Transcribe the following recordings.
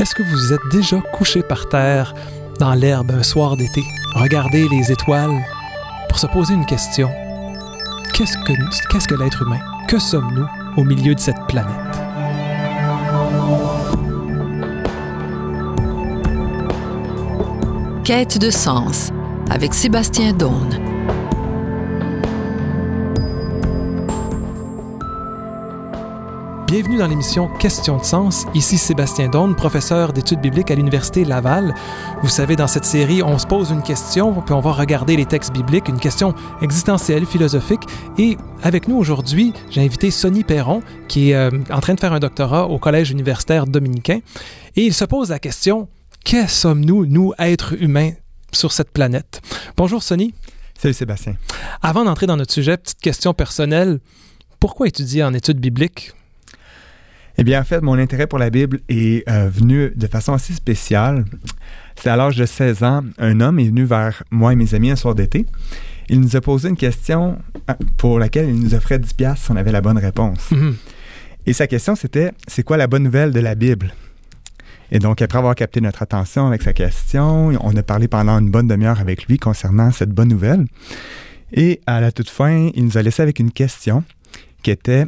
Est-ce que vous êtes déjà couché par terre dans l'herbe un soir d'été, regarder les étoiles pour se poser une question? Qu'est-ce que l'être humain? Que sommes-nous au milieu de cette planète? Quête de sens avec Sébastien Daune. Bienvenue dans l'émission Questions de sens. Ici Sébastien Daune, professeur d'études bibliques à l'Université Laval. Vous savez, dans cette série, on se pose une question, puis on va regarder les textes bibliques, une question existentielle, philosophique. Et avec nous aujourd'hui, j'ai invité Sonny Perron, qui est en train de faire un doctorat au Collège universitaire dominicain. Et il se pose la question, que sommes-nous, nous, êtres humains, sur cette planète? Bonjour Sonny. Salut Sébastien. Avant d'entrer dans notre sujet, petite question personnelle. Pourquoi étudier en études bibliques? Eh bien, en fait, mon intérêt pour la Bible est venu de façon assez spéciale. C'est à l'âge de 16 ans, un homme est venu vers moi et mes amis un soir d'été. Il nous a posé une question pour laquelle il nous offrait 10$ si on avait la bonne réponse. Mm-hmm. Et sa question, c'était « C'est quoi la bonne nouvelle de la Bible? » Et donc, après avoir capté notre attention avec sa question, on a parlé pendant une bonne demi-heure avec lui concernant cette bonne nouvelle. Et à la toute fin, il nous a laissé avec une question qui était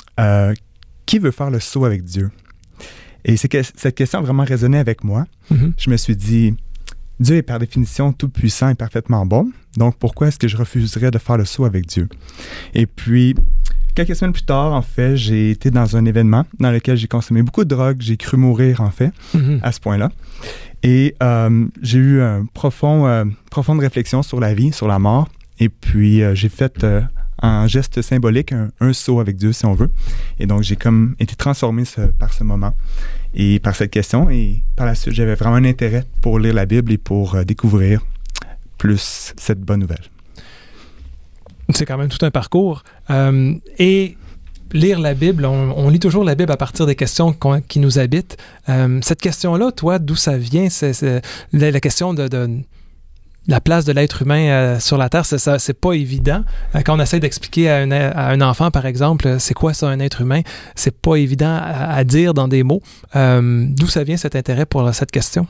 qui veut faire le saut avec Dieu? Et c'est que cette question a vraiment résonné avec moi. Mm-hmm. Je me suis dit, Dieu est par définition tout-puissant et parfaitement bon, donc pourquoi est-ce que je refuserais de faire le saut avec Dieu? Et puis, quelques semaines plus tard, en fait, j'ai été dans un événement dans lequel j'ai consommé beaucoup de drogue, j'ai cru mourir, en fait, à ce point-là. Et j'ai eu une profonde réflexion sur la vie, sur la mort, et puis j'ai fait un geste symbolique, un saut avec Dieu, si on veut. Et donc, j'ai comme été transformé par ce moment et par cette question. Et par la suite, j'avais vraiment un intérêt pour lire la Bible et pour découvrir plus cette bonne nouvelle. C'est quand même tout un parcours. Et lire la Bible, on lit toujours la Bible à partir des questions qui nous habitent. Cette question-là, toi, d'où ça vient? C'est la question de la place de l'être humain sur la Terre, c'est pas évident. Quand on essaie d'expliquer à un enfant, par exemple, c'est quoi ça, un être humain, c'est pas évident à dire dans des mots. D'où ça vient cet intérêt pour cette question?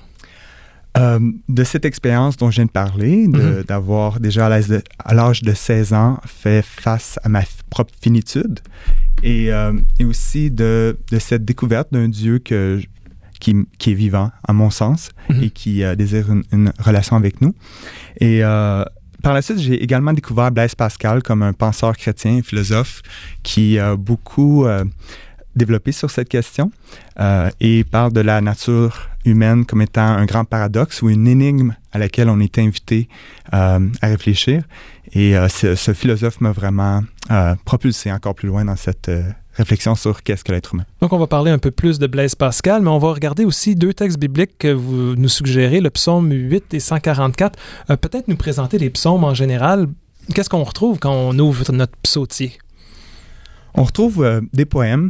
De cette expérience dont je viens de parler, d'avoir déjà à l'âge de 16 ans fait face à ma propre finitude et aussi de cette découverte d'un Dieu qui est vivant, à mon sens, et qui désire une relation avec nous. Et par la suite, j'ai également découvert Blaise Pascal comme un penseur chrétien, philosophe, qui a beaucoup développé sur cette question et parle de la nature humaine comme étant un grand paradoxe ou une énigme à laquelle on est invité à réfléchir. Et ce philosophe m'a vraiment propulsé encore plus loin dans cette réflexion sur qu'est-ce que l'être humain. Donc, on va parler un peu plus de Blaise Pascal, mais on va regarder aussi deux textes bibliques que vous nous suggérez, le psaume 8 et 144. Peut-être nous présenter les psaumes en général. Qu'est-ce qu'on retrouve quand on ouvre notre psautier? On retrouve des poèmes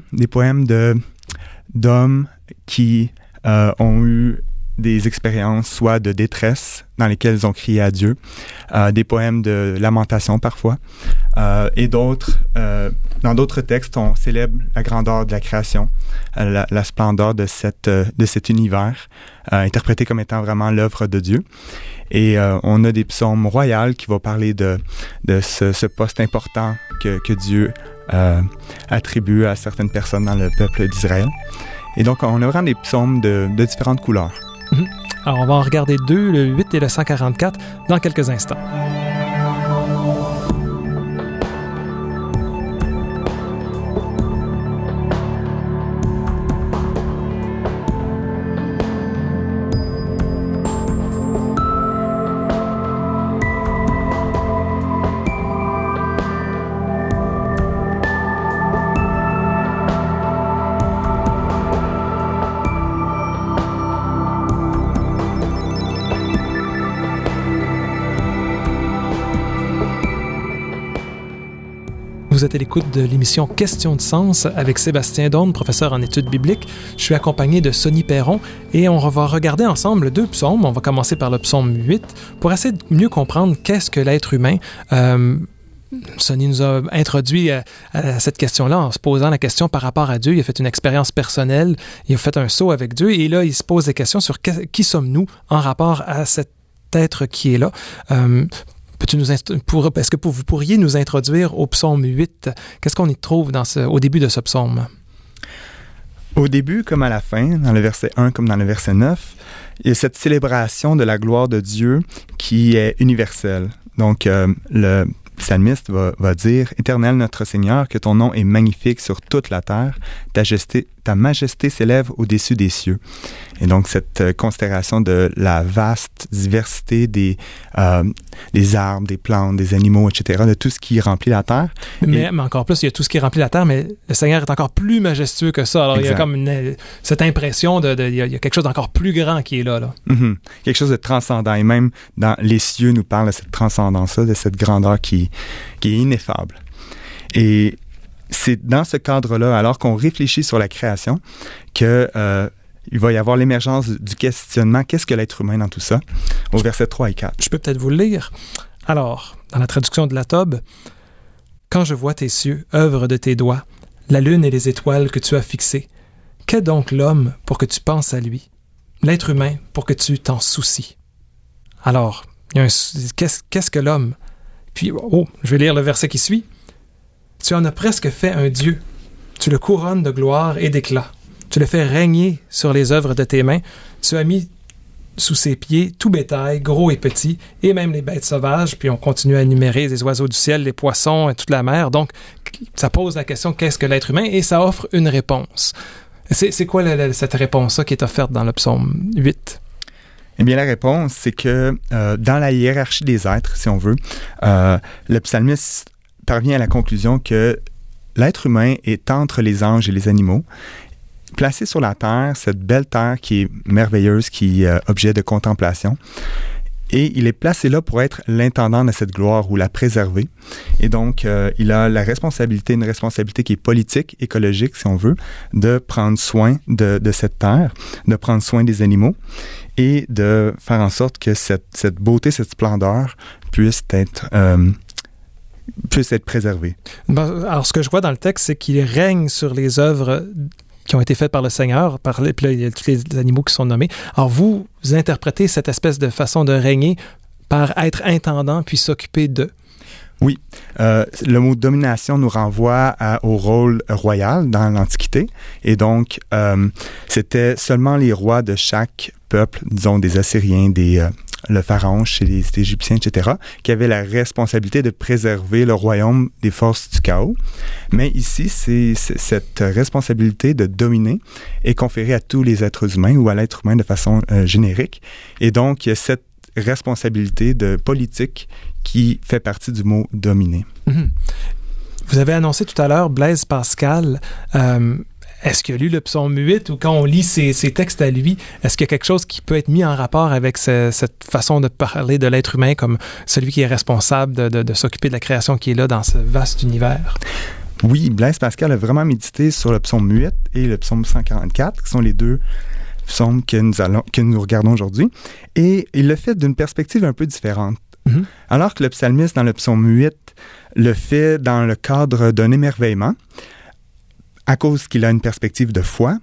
d'hommes qui ont eu des expériences soit de détresse dans lesquelles ils ont crié à Dieu, des poèmes de lamentation parfois, et d'autres, dans d'autres textes, on célèbre la grandeur de la création, la splendeur de cet univers, interprété comme étant vraiment l'œuvre de Dieu. Et on a des psaumes royaux qui vont parler de ce poste important que Dieu attribue à certaines personnes dans le peuple d'Israël. Et donc, on a vraiment des psaumes de différentes couleurs. Alors, on va en regarder deux, le 8 et le 144, dans quelques instants. Vous êtes à l'écoute de l'émission Questions de sens avec Sébastien Daune, professeur en études bibliques. Je suis accompagné de Sonny Perron et on va regarder ensemble deux psaumes. On va commencer par le psaume 8 pour essayer de mieux comprendre qu'est-ce que l'être humain. Sonny nous a introduit à cette question-là en se posant la question par rapport à Dieu. Il a fait une expérience personnelle, il a fait un saut avec Dieu et là, il se pose des questions sur qui sommes-nous en rapport à cet être qui est là. Est-ce que vous pourriez nous introduire au psaume 8? Qu'est-ce qu'on y trouve au début de ce psaume? Au début comme à la fin, dans le verset 1 comme dans le verset 9, il y a cette célébration de la gloire de Dieu qui est universelle. Donc, le psalmiste va dire « Éternel notre Seigneur, que ton nom est magnifique sur toute la terre, ta majesté s'élève au-dessus des cieux. » Et donc, cette considération de la vaste diversité des arbres, des plantes, des animaux, etc., de tout ce qui remplit la terre. Mais encore plus, il y a tout ce qui remplit la terre, mais le Seigneur est encore plus majestueux que ça. Alors, exact. Il y a comme cette impression il y a quelque chose d'encore plus grand qui est là. Mm-hmm. Quelque chose de transcendant. Et même dans les cieux nous parle de cette transcendance-là, de cette grandeur qui est ineffable. Et c'est dans ce cadre-là, alors qu'on réfléchit sur la création, que il va y avoir l'émergence du questionnement. Qu'est-ce que l'être humain dans tout ça? Au verset 3 et 4. Je peux peut-être vous le lire. Alors, dans la traduction de la Tob, « Quand je vois tes cieux, œuvre de tes doigts, la lune et les étoiles que tu as fixées, qu'est donc l'homme pour que tu penses à lui? L'être humain pour que tu t'en soucies? » Alors, qu'est-ce que l'homme? Puis, je vais lire le verset qui suit. « Tu en as presque fait un Dieu. Tu le couronnes de gloire et d'éclat. Tu le fais régner sur les œuvres de tes mains. Tu as mis sous ses pieds tout bétail, gros et petit, et même les bêtes sauvages. » Puis on continue à énumérer les oiseaux du ciel, les poissons et toute la mer. Donc, ça pose la question, qu'est-ce que l'être humain? Et ça offre une réponse. C'est quoi cette réponse-là qui est offerte dans le psaume 8? Eh bien, la réponse, c'est que dans la hiérarchie des êtres, si on veut, le psalmiste parvient à la conclusion que l'être humain est entre les anges et les animaux. Placé sur la terre, cette belle terre qui est merveilleuse, qui est objet de contemplation. Et il est placé là pour être l'intendant de cette gloire ou la préserver. Et donc, il a une responsabilité qui est politique, écologique, si on veut, de prendre soin de cette terre, de prendre soin des animaux et de faire en sorte que cette beauté, cette splendeur puisse être préservée. Alors, ce que je vois dans le texte, c'est qu'il règne sur les œuvres qui ont été faites par le Seigneur, puis là, il y a tous les animaux qui sont nommés. Alors, vous interprétez cette espèce de façon de régner par être intendant puis s'occuper d'eux. Oui. Le mot domination nous renvoie au rôle royal dans l'Antiquité. Et donc, c'était seulement les rois de chaque peuple, disons des Assyriens, le pharaon chez les Égyptiens, etc., qui avaient la responsabilité de préserver le royaume des forces du chaos. Mais ici, cette responsabilité de dominer est conférée à tous les êtres humains ou à l'être humain de façon générique. Et donc, il y a cette responsabilité de politique qui fait partie du mot « dominer ». Mm-hmm. Vous avez annoncé tout à l'heure Blaise Pascal. Est-ce qu'il a lu le psaume 8 ou quand on lit ses textes à lui, est-ce qu'il y a quelque chose qui peut être mis en rapport avec cette façon de parler de l'être humain comme celui qui est responsable de s'occuper de la création qui est là dans ce vaste univers? Oui, Blaise Pascal a vraiment médité sur le psaume 8 et le psaume 144, qui sont les deux psaumes que nous regardons aujourd'hui. Et il le fait d'une perspective un peu différente. Mm-hmm. Alors que le psalmiste, dans le psaume 8, le fait dans le cadre d'un émerveillement, à cause qu'il a une perspective de foi,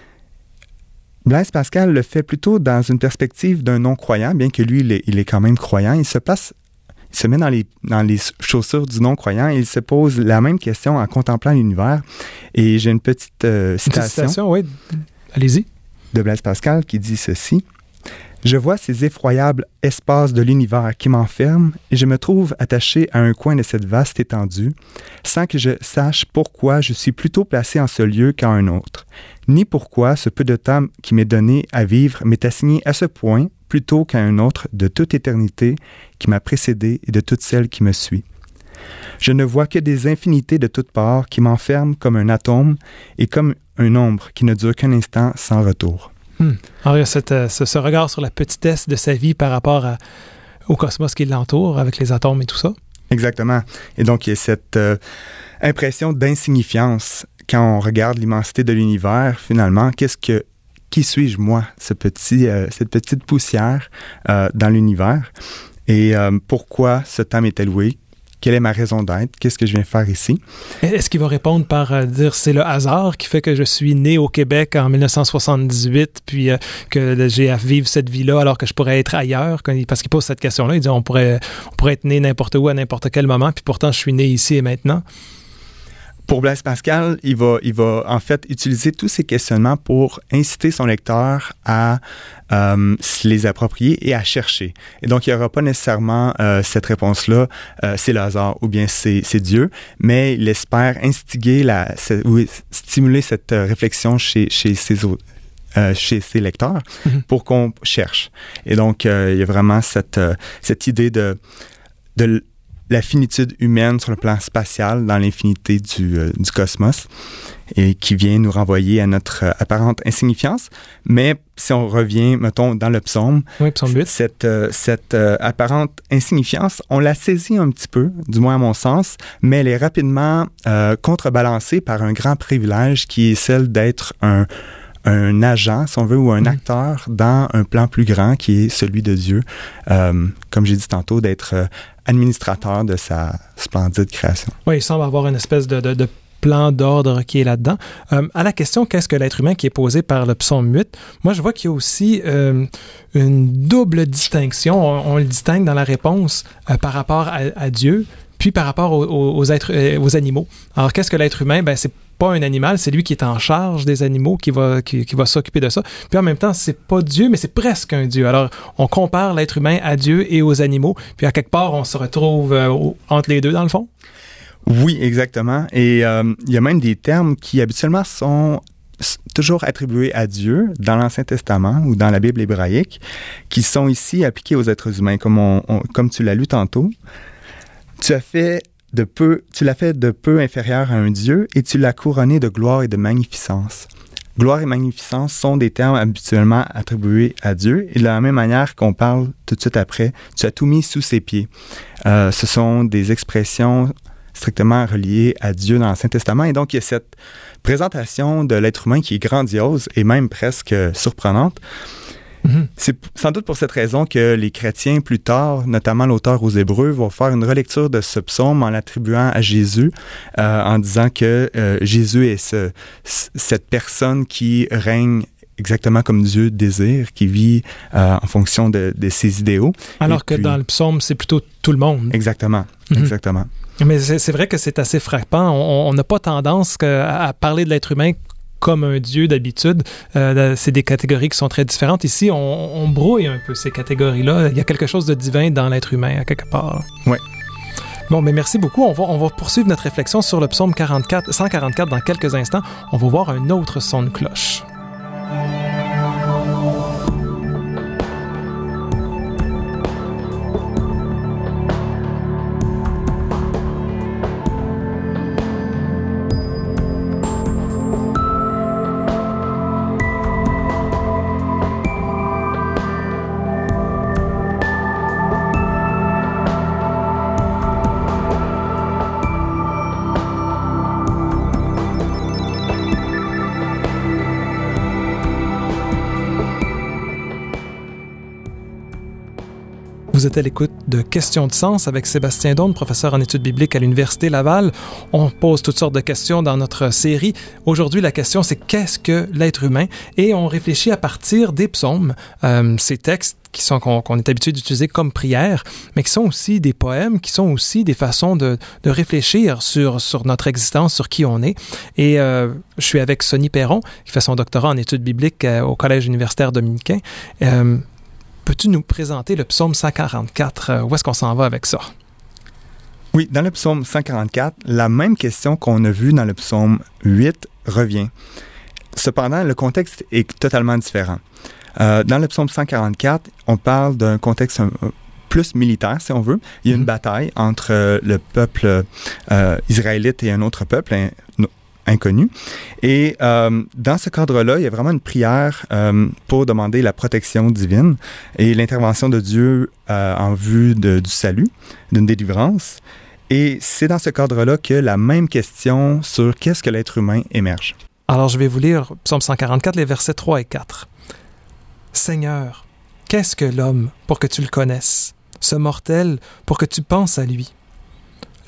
Blaise Pascal le fait plutôt dans une perspective d'un non-croyant, bien que lui, il est quand même croyant. Il se met dans les chaussures du non-croyant et il se pose la même question en contemplant l'univers. Et j'ai une petite citation, oui. Allez-y. De Blaise Pascal qui dit ceci. « Je vois ces effroyables espaces de l'univers qui m'enferment et je me trouve attaché à un coin de cette vaste étendue, sans que je sache pourquoi je suis plutôt placé en ce lieu qu'en un autre, ni pourquoi ce peu de temps qui m'est donné à vivre m'est assigné à ce point plutôt qu'à un autre de toute éternité qui m'a précédé et de toute celle qui me suit. Je ne vois que des infinités de toutes parts qui m'enferment comme un atome et comme une ombre qui ne dure qu'un instant sans retour. » Alors, il y a ce regard sur la petitesse de sa vie par rapport au cosmos qui l'entoure, avec les atomes et tout ça. Exactement. Et donc, il y a cette impression d'insignifiance quand on regarde l'immensité de l'univers. Finalement, qui suis-je, moi, cette petite poussière dans l'univers? Et pourquoi ce temps m'est alloué? quelle est ma raison d'être, qu'est-ce que je viens faire ici. Est-ce qu'il va répondre par dire c'est le hasard qui fait que je suis né au Québec en 1978, puis que j'ai à vivre cette vie-là alors que je pourrais être ailleurs? Parce qu'il pose cette question-là, il dit on pourrait être né n'importe où à n'importe quel moment, puis pourtant je suis né ici et maintenant. Pour Blaise Pascal, il va en fait utiliser tous ces questionnements pour inciter son lecteur à se les approprier et à chercher. Et donc, il n'y aura pas nécessairement cette réponse-là, c'est le hasard ou bien c'est Dieu, mais il espère stimuler cette réflexion chez ses lecteurs pour qu'on cherche. Et donc, il y a vraiment cette idée de la finitude humaine sur le plan spatial dans l'infinité du cosmos et qui vient nous renvoyer à notre apparente insignifiance. Mais si on revient, mettons, dans le psaume, psaume 8. Cette apparente insignifiance, on la saisit un petit peu, du moins à mon sens, mais elle est rapidement contrebalancée par un grand privilège qui est celle d'être un agent, si on veut, ou un acteur dans un plan plus grand qui est celui de Dieu. Comme j'ai dit tantôt, d'être administrateur de sa splendide création. Oui, il semble avoir une espèce de plan d'ordre qui est là-dedans. À la question « Qu'est-ce que l'être humain » qui est posée par le psaume 8, moi je vois qu'il y a aussi une double distinction. On le distingue dans la réponse par rapport à Dieu, puis par rapport aux animaux. Alors, qu'est-ce que l'être humain? C'est pas un animal, c'est lui qui est en charge des animaux, qui va s'occuper de ça. Puis en même temps, c'est pas Dieu, mais c'est presque un Dieu. Alors, on compare l'être humain à Dieu et aux animaux, puis à quelque part, on se retrouve entre les deux, dans le fond. Oui, exactement. Et il y a même des termes qui habituellement sont toujours attribués à Dieu dans l'Ancien Testament ou dans la Bible hébraïque, qui sont ici appliqués aux êtres humains, comme tu l'as lu tantôt. Tu l'as fait de peu inférieur à un Dieu et tu l'as couronné de gloire et de magnificence. Gloire et magnificence sont des termes habituellement attribués à Dieu et de la même manière qu'on parle tout de suite après, tu as tout mis sous ses pieds. Ce sont des expressions strictement reliées à Dieu dans l'Ancien Testament et donc il y a cette présentation de l'être humain qui est grandiose et même presque surprenante. C'est sans doute pour cette raison que les chrétiens, plus tard, notamment l'auteur aux Hébreux, vont faire une relecture de ce psaume en l'attribuant à Jésus, en disant que Jésus est cette personne qui règne exactement comme Dieu désire, qui vit en fonction de ses idéaux. Alors que dans le psaume, c'est plutôt tout le monde. Exactement, exactement. Mais c'est vrai que c'est assez frappant. On n'a pas tendance à parler de l'être humain comme un Dieu d'habitude. C'est des catégories qui sont très différentes. Ici, on brouille un peu ces catégories-là. Il y a quelque chose de divin dans l'être humain, à quelque part. Oui. Bon, mais merci beaucoup. On va poursuivre notre réflexion sur le psaume 144 dans quelques instants. On va voir un autre son de cloche. Vous êtes à l'écoute de Questions de sens avec Sébastien Daune, professeur en études bibliques à l'Université Laval. On pose toutes sortes de questions dans notre série. Aujourd'hui, la question, c'est qu'est-ce que l'être humain? Et on réfléchit à partir des psaumes, ces textes qu'on est habitué d'utiliser comme prière, mais qui sont aussi des poèmes, qui sont aussi des façons de réfléchir sur notre existence, sur qui on est. Et je suis avec Sonny Perron, qui fait son doctorat en études bibliques au Collège universitaire dominicain. Peux-tu nous présenter le psaume 144? Où est-ce qu'on s'en va avec ça? Oui, dans le psaume 144, la même question qu'on a vue dans le psaume 8 revient. Cependant, le contexte est totalement différent. Dans le psaume 144, on parle d'un contexte plus militaire, si on veut. Il y a une bataille entre le peuple israélite et un autre peuple inconnu. Et dans ce cadre-là, il y a vraiment une prière pour demander la protection divine et l'intervention de Dieu en vue du salut, d'une délivrance. Et c'est dans ce cadre-là que la même question sur qu'est-ce que l'être humain émerge. Alors, je vais vous lire Psaume 144, les versets 3 et 4. « Seigneur, qu'est-ce que l'homme pour que tu le connaisses, ce mortel pour que tu penses à lui?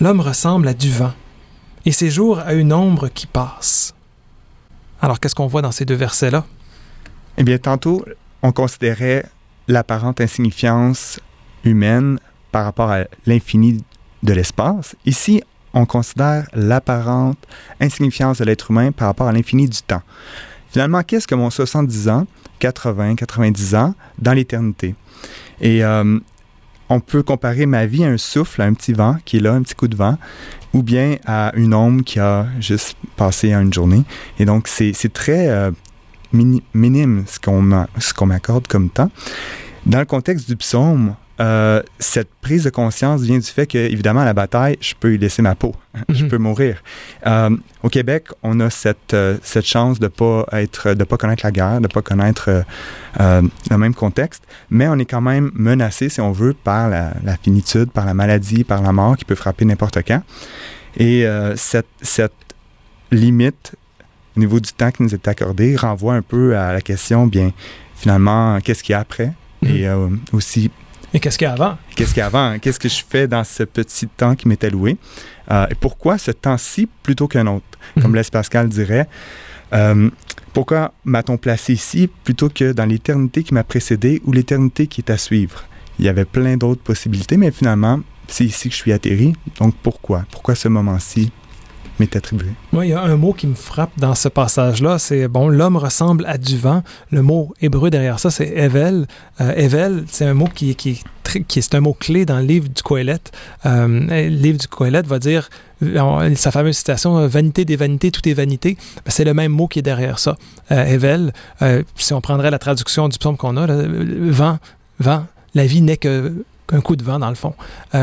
L'homme ressemble à du vent, et ses jours à une ombre qui passe. Alors, qu'est-ce qu'on voit dans ces deux versets-là? Eh bien, tantôt, on considérait l'apparente insignifiance humaine par rapport à l'infini de l'espace. Ici, on considère l'apparente insignifiance de l'être humain par rapport à l'infini du temps. Finalement, qu'est-ce que mon 70 ans, 80, 90 ans dans l'éternité? Et on peut comparer ma vie à un souffle, à un petit vent qui est là, un petit coup de vent, ou bien à une ombre qui a juste passé une journée. Et donc, c'est très minime ce qu'on m'accorde comme temps. Dans le contexte du psaume, cette prise de conscience vient du fait que, évidemment, à la bataille, je peux y laisser ma peau. Je peux mourir. Au Québec, on a cette chance de pas connaître la guerre, de pas connaître le même contexte, mais on est quand même menacé, si on veut, par la finitude, par la maladie, par la mort qui peut frapper n'importe quand. Et cette limite au niveau du temps qui nous est accordé renvoie un peu à la question, bien, finalement, qu'est-ce qu'il y a après? Et aussi... Et qu'est-ce qu'il y a avant? Qu'est-ce qu'il y a avant? Qu'est-ce que je fais dans ce petit temps qui m'est alloué? Et pourquoi ce temps-ci plutôt qu'un autre? Comme Blaise Pascal dirait, pourquoi m'a-t-on placé ici plutôt que dans l'éternité qui m'a précédé ou l'éternité qui est à suivre? Il y avait plein d'autres possibilités, mais finalement, c'est ici que je suis atterri. Donc pourquoi? Pourquoi ce moment-ci m'est attribué? Moi, il y a un mot qui me frappe dans ce passage-là, c'est, l'homme ressemble à du vent. Le mot hébreu derrière ça, c'est Evel. Evel, c'est un mot qui est un mot clé dans le livre du Qoéleth. Le livre du Qoéleth va dire, sa fameuse citation, « Vanité des vanités, tout est vanité », c'est le même mot qui est derrière ça. Evel, si on prendrait la traduction du psaume qu'on a, là, vent, la vie n'est qu'un coup de vent, dans le fond.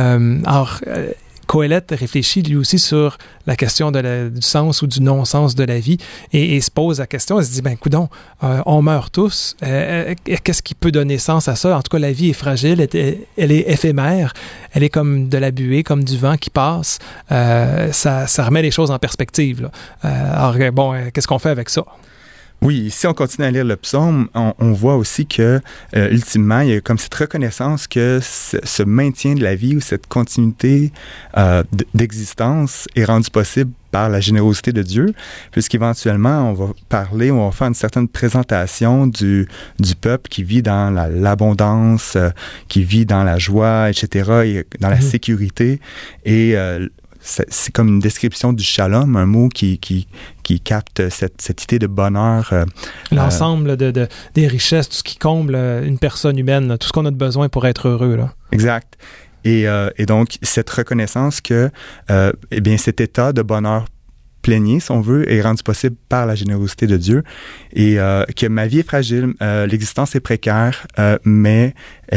Qoéleth réfléchit lui aussi sur la question du sens ou du non-sens de la vie et se pose la question, il se dit, coudonc, on meurt tous, qu'est-ce qui peut donner sens à ça? En tout cas, la vie est fragile, elle est éphémère, elle est comme de la buée, comme du vent qui passe, ça remet les choses en perspective, là. Alors, qu'est-ce qu'on fait avec ça? Oui, si on continue à lire le psaume, on voit aussi que, ultimement, il y a comme cette reconnaissance que ce maintien de la vie ou cette continuité d'existence est rendu possible par la générosité de Dieu, puisqu'éventuellement, on va faire une certaine présentation du peuple qui vit dans l'abondance, qui vit dans la joie, etc., et dans la sécurité, et c'est comme une description du shalom, un mot qui capte cette idée de bonheur. L'ensemble des richesses, tout ce qui comble une personne humaine, tout ce qu'on a de besoin pour être heureux, là. Exact. Et donc, cette reconnaissance que cet état de bonheur plénier, si on veut, est rendu possible par la générosité de Dieu et que ma vie est fragile, l'existence est précaire, mais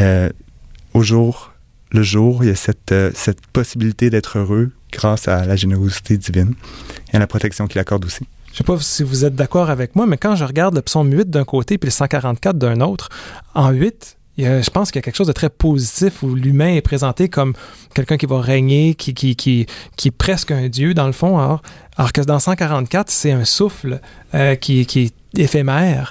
le jour, il y a cette possibilité d'être heureux grâce à la générosité divine et à la protection qu'il accorde aussi. Je ne sais pas si vous êtes d'accord avec moi, mais quand je regarde le psaume 8 d'un côté puis le 144 d'un autre, en 8, je pense qu'il y a quelque chose de très positif où l'humain est présenté comme quelqu'un qui va régner, qui est presque un dieu dans le fond, alors que dans 144, c'est un souffle qui est éphémère.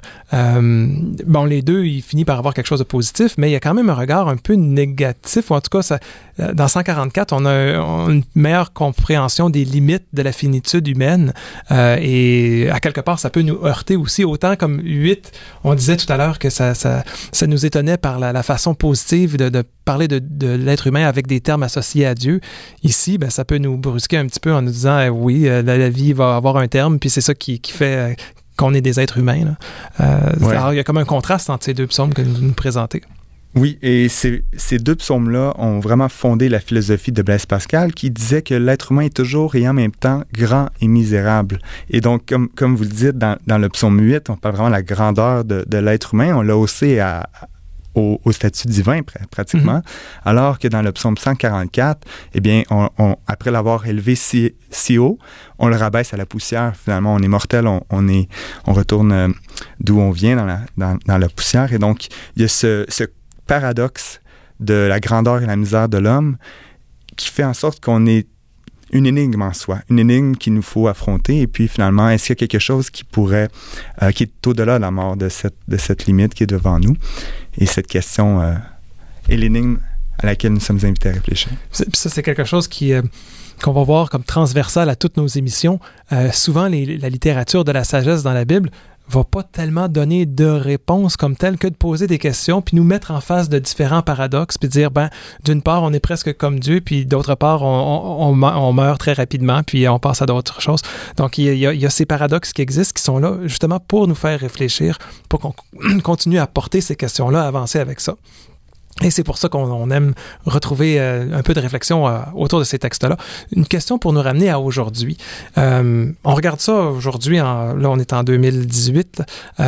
Les deux, il finit par avoir quelque chose de positif, mais il y a quand même un regard un peu négatif, ou en tout cas, dans 144, on a une meilleure compréhension des limites de la finitude humaine, et à quelque part, ça peut nous heurter aussi, autant comme 8, on disait tout à l'heure que ça nous étonnait par la façon positive de parler de l'être humain avec des termes associés à Dieu. Ici, ça peut nous brusquer un petit peu en nous disant, oui, la vie va avoir un terme, puis c'est ça qui fait qu'on est des êtres humains, là. Ouais. Alors, il y a comme un contraste entre ces deux psaumes que vous nous présentez. Oui, et ces deux psaumes-là ont vraiment fondé la philosophie de Blaise Pascal qui disait que l'être humain est toujours et en même temps grand et misérable. Et donc, comme vous le dites, dans le psaume 8, on parle vraiment de la grandeur de l'être humain. On l'a haussé au statut divin, pratiquement. Alors que dans le psaume 144, eh bien, après l'avoir élevé si haut, on le rabaisse à la poussière. Finalement, on est mortel, on retourne d'où on vient dans la poussière. Et donc, il y a ce paradoxe de la grandeur et la misère de l'homme qui fait en sorte qu'on est une énigme en soi, une énigme qu'il nous faut affronter. Et puis finalement, est-ce qu'il y a quelque chose qui est au-delà de la mort, de cette limite qui est devant nous? Et cette question est l'énigme à laquelle nous sommes invités à réfléchir. Ça, c'est quelque chose qu'on va voir comme transversal à toutes nos émissions. Souvent, la littérature de la sagesse dans la Bible va pas tellement donner de réponse comme telle que de poser des questions puis nous mettre en face de différents paradoxes puis dire, d'une part, on est presque comme Dieu, puis d'autre part, on meurt très rapidement puis on passe à d'autres choses. Donc, il y a ces paradoxes qui existent, qui sont là justement pour nous faire réfléchir, pour qu'on continue à porter ces questions-là, à avancer avec ça. Et c'est pour ça qu'on aime retrouver un peu de réflexion autour de ces textes-là. Une question pour nous ramener à aujourd'hui. On regarde ça aujourd'hui, là on est en 2018.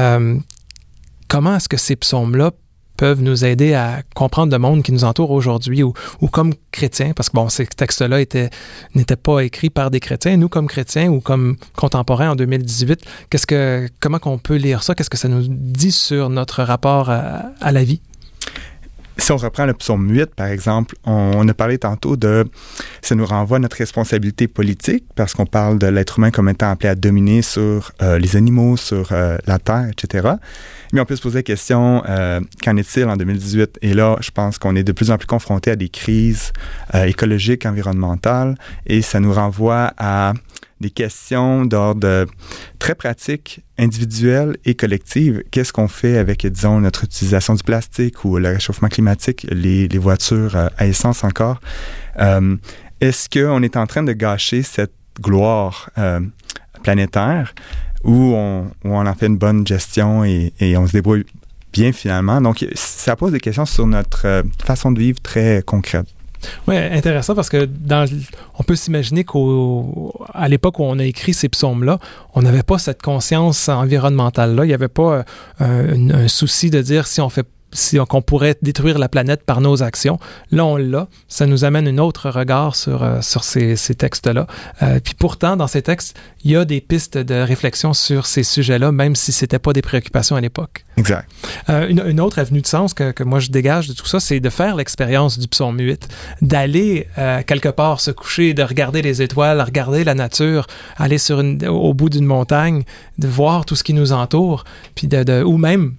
Comment est-ce que ces psaumes-là peuvent nous aider à comprendre le monde qui nous entoure aujourd'hui ou comme chrétiens, parce que ces textes-là n'étaient pas écrits par des chrétiens. Nous, comme chrétiens ou comme contemporains en 2018, comment qu'on peut lire ça? Qu'est-ce que ça nous dit sur notre rapport à la vie? Si on reprend le psaume 8, par exemple, on a parlé tantôt ça nous renvoie à notre responsabilité politique, parce qu'on parle de l'être humain comme étant appelé à dominer sur les animaux, sur la terre, etc. Mais on peut se poser la question, qu'en est-il en 2018? Et là, je pense qu'on est de plus en plus confronté à des crises écologiques, environnementales, et ça nous renvoie à des questions d'ordre très pratique, individuel et collective. Qu'est-ce qu'on fait avec, disons, notre utilisation du plastique ou le réchauffement climatique, les voitures à essence encore? Est-ce qu'on est en train de gâcher cette gloire planétaire où on en fait une bonne gestion et on se débrouille bien finalement? Donc, ça pose des questions sur notre façon de vivre très concrète. Oui, intéressant parce que on peut s'imaginer qu'à l'époque où on a écrit ces psaumes-là, on n'avait pas cette conscience environnementale-là. Il n'y avait pas un souci de dire qu'on pourrait détruire la planète par nos actions. Là, on l'a. Ça nous amène un autre regard sur ces textes-là. Puis pourtant, dans ces textes, il y a des pistes de réflexion sur ces sujets-là, même si ce n'était pas des préoccupations à l'époque. Exact. Une autre avenue de sens que moi je dégage de tout ça, c'est de faire l'expérience du psaume 8, d'aller quelque part se coucher, de regarder les étoiles, regarder la nature, aller au bout d'une montagne, de voir tout ce qui nous entoure, puis ou même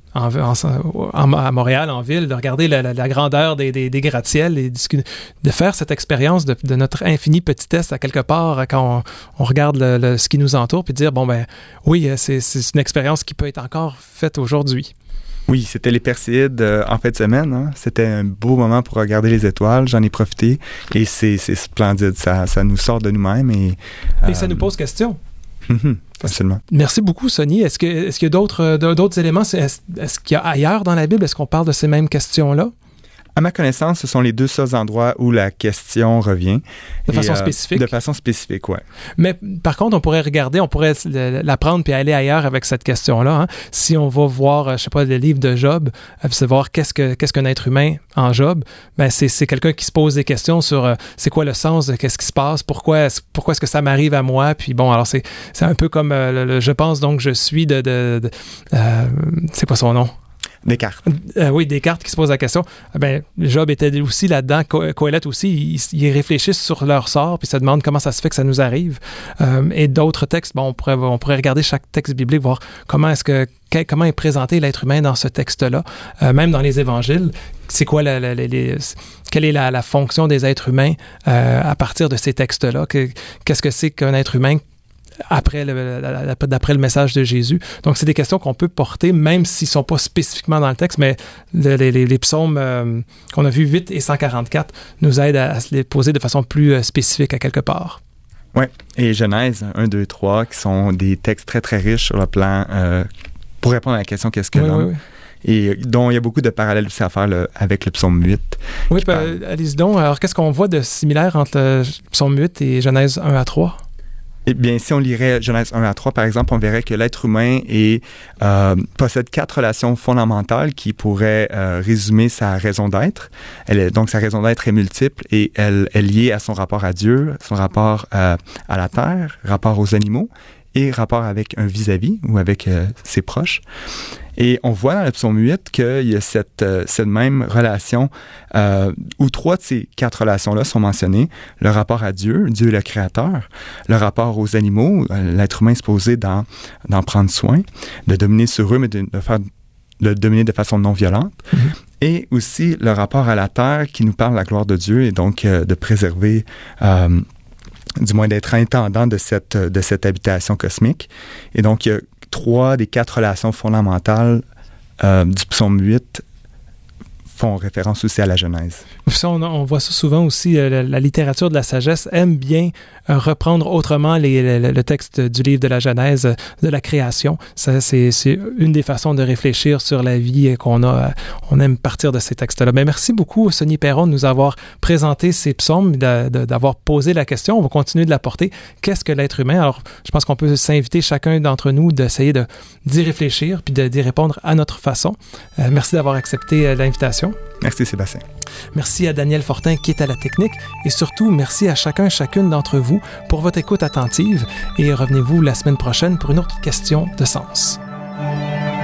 à Montréal, en ville, de regarder la grandeur des gratte-ciels et de faire cette expérience de notre infinie petitesse à quelque part quand on regarde ce qui nous entoure, puis de dire, oui, c'est une expérience qui peut être encore faite aujourd'hui. Oui, c'était les Perséides en fin de semaine. Hein? C'était un beau moment pour regarder les étoiles. J'en ai profité et c'est splendide. Ça nous sort de nous-mêmes. Et ça nous pose question. Absolument. Merci beaucoup, Sonny. Est-ce qu'il y a d'autres éléments? Est-ce qu'il y a ailleurs dans la Bible? Est-ce qu'on parle de ces mêmes questions-là? À ma connaissance, ce sont les deux seuls endroits où la question revient. De façon spécifique? De façon spécifique, oui. Mais par contre, on pourrait la prendre puis aller ailleurs avec cette question-là. Hein? Si on va voir, le livre de Job, c'est voir qu'est-ce qu'un être humain en Job, c'est quelqu'un qui se pose des questions sur c'est quoi le sens de qu'est-ce qui se passe, pourquoi est-ce que ça m'arrive à moi, puis alors c'est un peu comme je pense donc je suis c'est quoi son nom? Descartes. Oui, Descartes qui se pose la question. Job était aussi là-dedans, Coëlette aussi, ils réfléchissent sur leur sort, puis se demandent comment ça se fait que ça nous arrive. Et d'autres textes, on pourrait regarder chaque texte biblique, voir comment est présenté l'être humain dans ce texte-là. Même dans les évangiles, c'est quoi quelle est la fonction des êtres humains à partir de ces textes-là? Qu'est-ce que c'est qu'un être humain d'après le message de Jésus. Donc, c'est des questions qu'on peut porter, même s'ils ne sont pas spécifiquement dans le texte, mais les psaumes qu'on a vus, 8 et 144, nous aident à se les poser de façon plus spécifique à quelque part. Oui, et Genèse 1, 2, 3, qui sont des textes très, très riches sur le plan pour répondre à la question « Qu'est-ce que l'homme? » Et dont il y a beaucoup de parallèles aussi à faire avec le psaume 8. Oui, allez-y donc. Alors, qu'est-ce qu'on voit de similaire entre le psaume 8 et Genèse 1 à 3? Eh bien, si on lirait Genèse 1 à 3, par exemple, on verrait que l'être humain possède 4 relations fondamentales qui pourraient résumer sa raison d'être. Donc, sa raison d'être est multiple et elle est liée à son rapport à Dieu, son rapport à la terre, rapport aux animaux et rapport avec un vis-à-vis ou avec ses proches. Et on voit dans le psaume 8 qu'il y a cette même relation où 3 de ces 4 relations-là sont mentionnées. Le rapport à Dieu, Dieu le Créateur, le rapport aux animaux, l'être humain est supposé d'en prendre soin, de dominer sur eux, mais de dominer de façon non violente. et aussi le rapport à la terre qui nous parle de la gloire de Dieu et donc de préserver, du moins d'être intendant de cette habitation cosmique. Et donc, il y a 3 des 4 relations fondamentales du psaume 8 font référence aussi à la Genèse. Ça, on voit ça souvent aussi. La littérature de la sagesse aime bien reprendre autrement le texte du livre de la Genèse, de la création. Ça, c'est une des façons de réfléchir sur la vie qu'on a. On aime partir de ces textes-là. Mais merci beaucoup, Sonny Perron, de nous avoir présenté ces psaumes, d'avoir posé la question. On va continuer de la porter. Qu'est-ce que l'être humain? Alors, je pense qu'on peut s'inviter chacun d'entre nous d'essayer d'y réfléchir puis d'y répondre à notre façon. Merci d'avoir accepté l'invitation. Merci Sébastien. Merci à Daniel Fortin qui est à la technique et surtout merci à chacune d'entre vous pour votre écoute attentive et revenez-vous la semaine prochaine pour une autre question de sens.